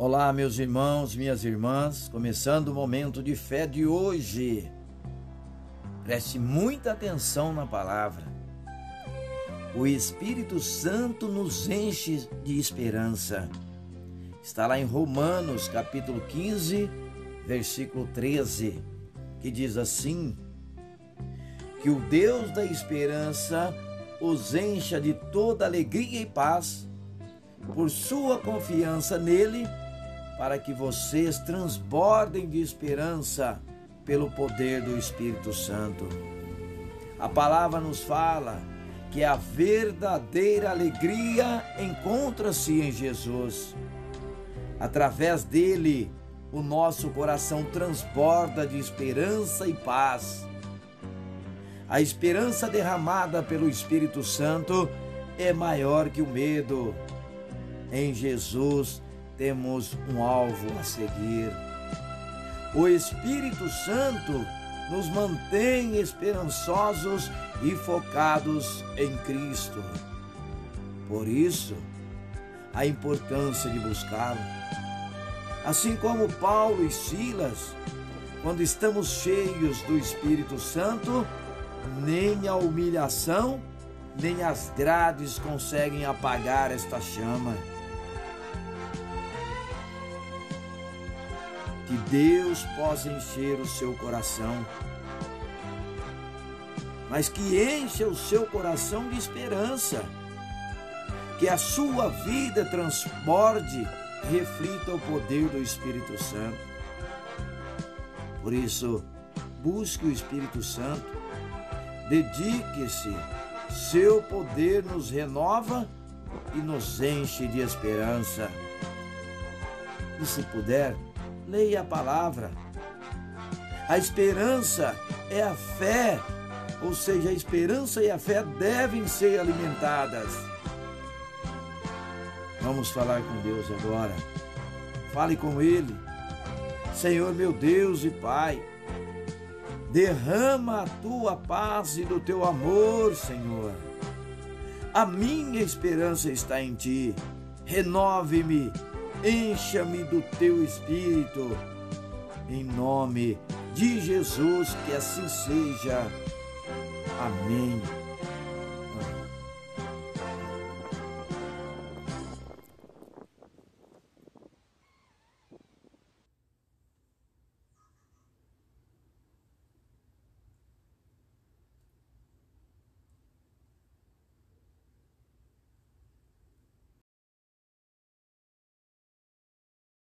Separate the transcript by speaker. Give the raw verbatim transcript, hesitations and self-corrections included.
Speaker 1: Olá, meus irmãos, minhas irmãs, começando o momento de fé de hoje. Preste muita atenção na palavra. O Espírito Santo nos enche de esperança. Está lá em Romanos, capítulo quinze, versículo treze, que diz assim: que o Deus da esperança os encha de toda alegria e paz, por sua confiança nele, para que vocês transbordem de esperança pelo poder do Espírito Santo. A palavra nos fala que a verdadeira alegria encontra-se em Jesus. Através dele, o nosso coração transborda de esperança e paz. A esperança derramada pelo Espírito Santo é maior que o medo. Em Jesus temos um alvo a seguir. O Espírito Santo nos mantém esperançosos e focados em Cristo. Por isso, a importância de buscá-lo. Assim como Paulo e Silas, quando estamos cheios do Espírito Santo, nem a humilhação, nem as grades conseguem apagar esta chama. Que Deus possa encher o seu coração, mas que encha o seu coração de esperança, que a sua vida transborde, reflita o poder do Espírito Santo. Por isso, busque o Espírito Santo, dedique-se, seu poder nos renova e nos enche de esperança. E se puder, leia a palavra. A esperança é a fé, ou seja, a esperança e a fé devem ser alimentadas. Vamos falar com Deus agora. Fale com Ele. Senhor, meu Deus e Pai, derrama a Tua paz e do Teu amor, Senhor. A minha esperança está em Ti. Renove-me, encha-me do Teu Espírito. Em nome de Jesus, que assim seja. Amém.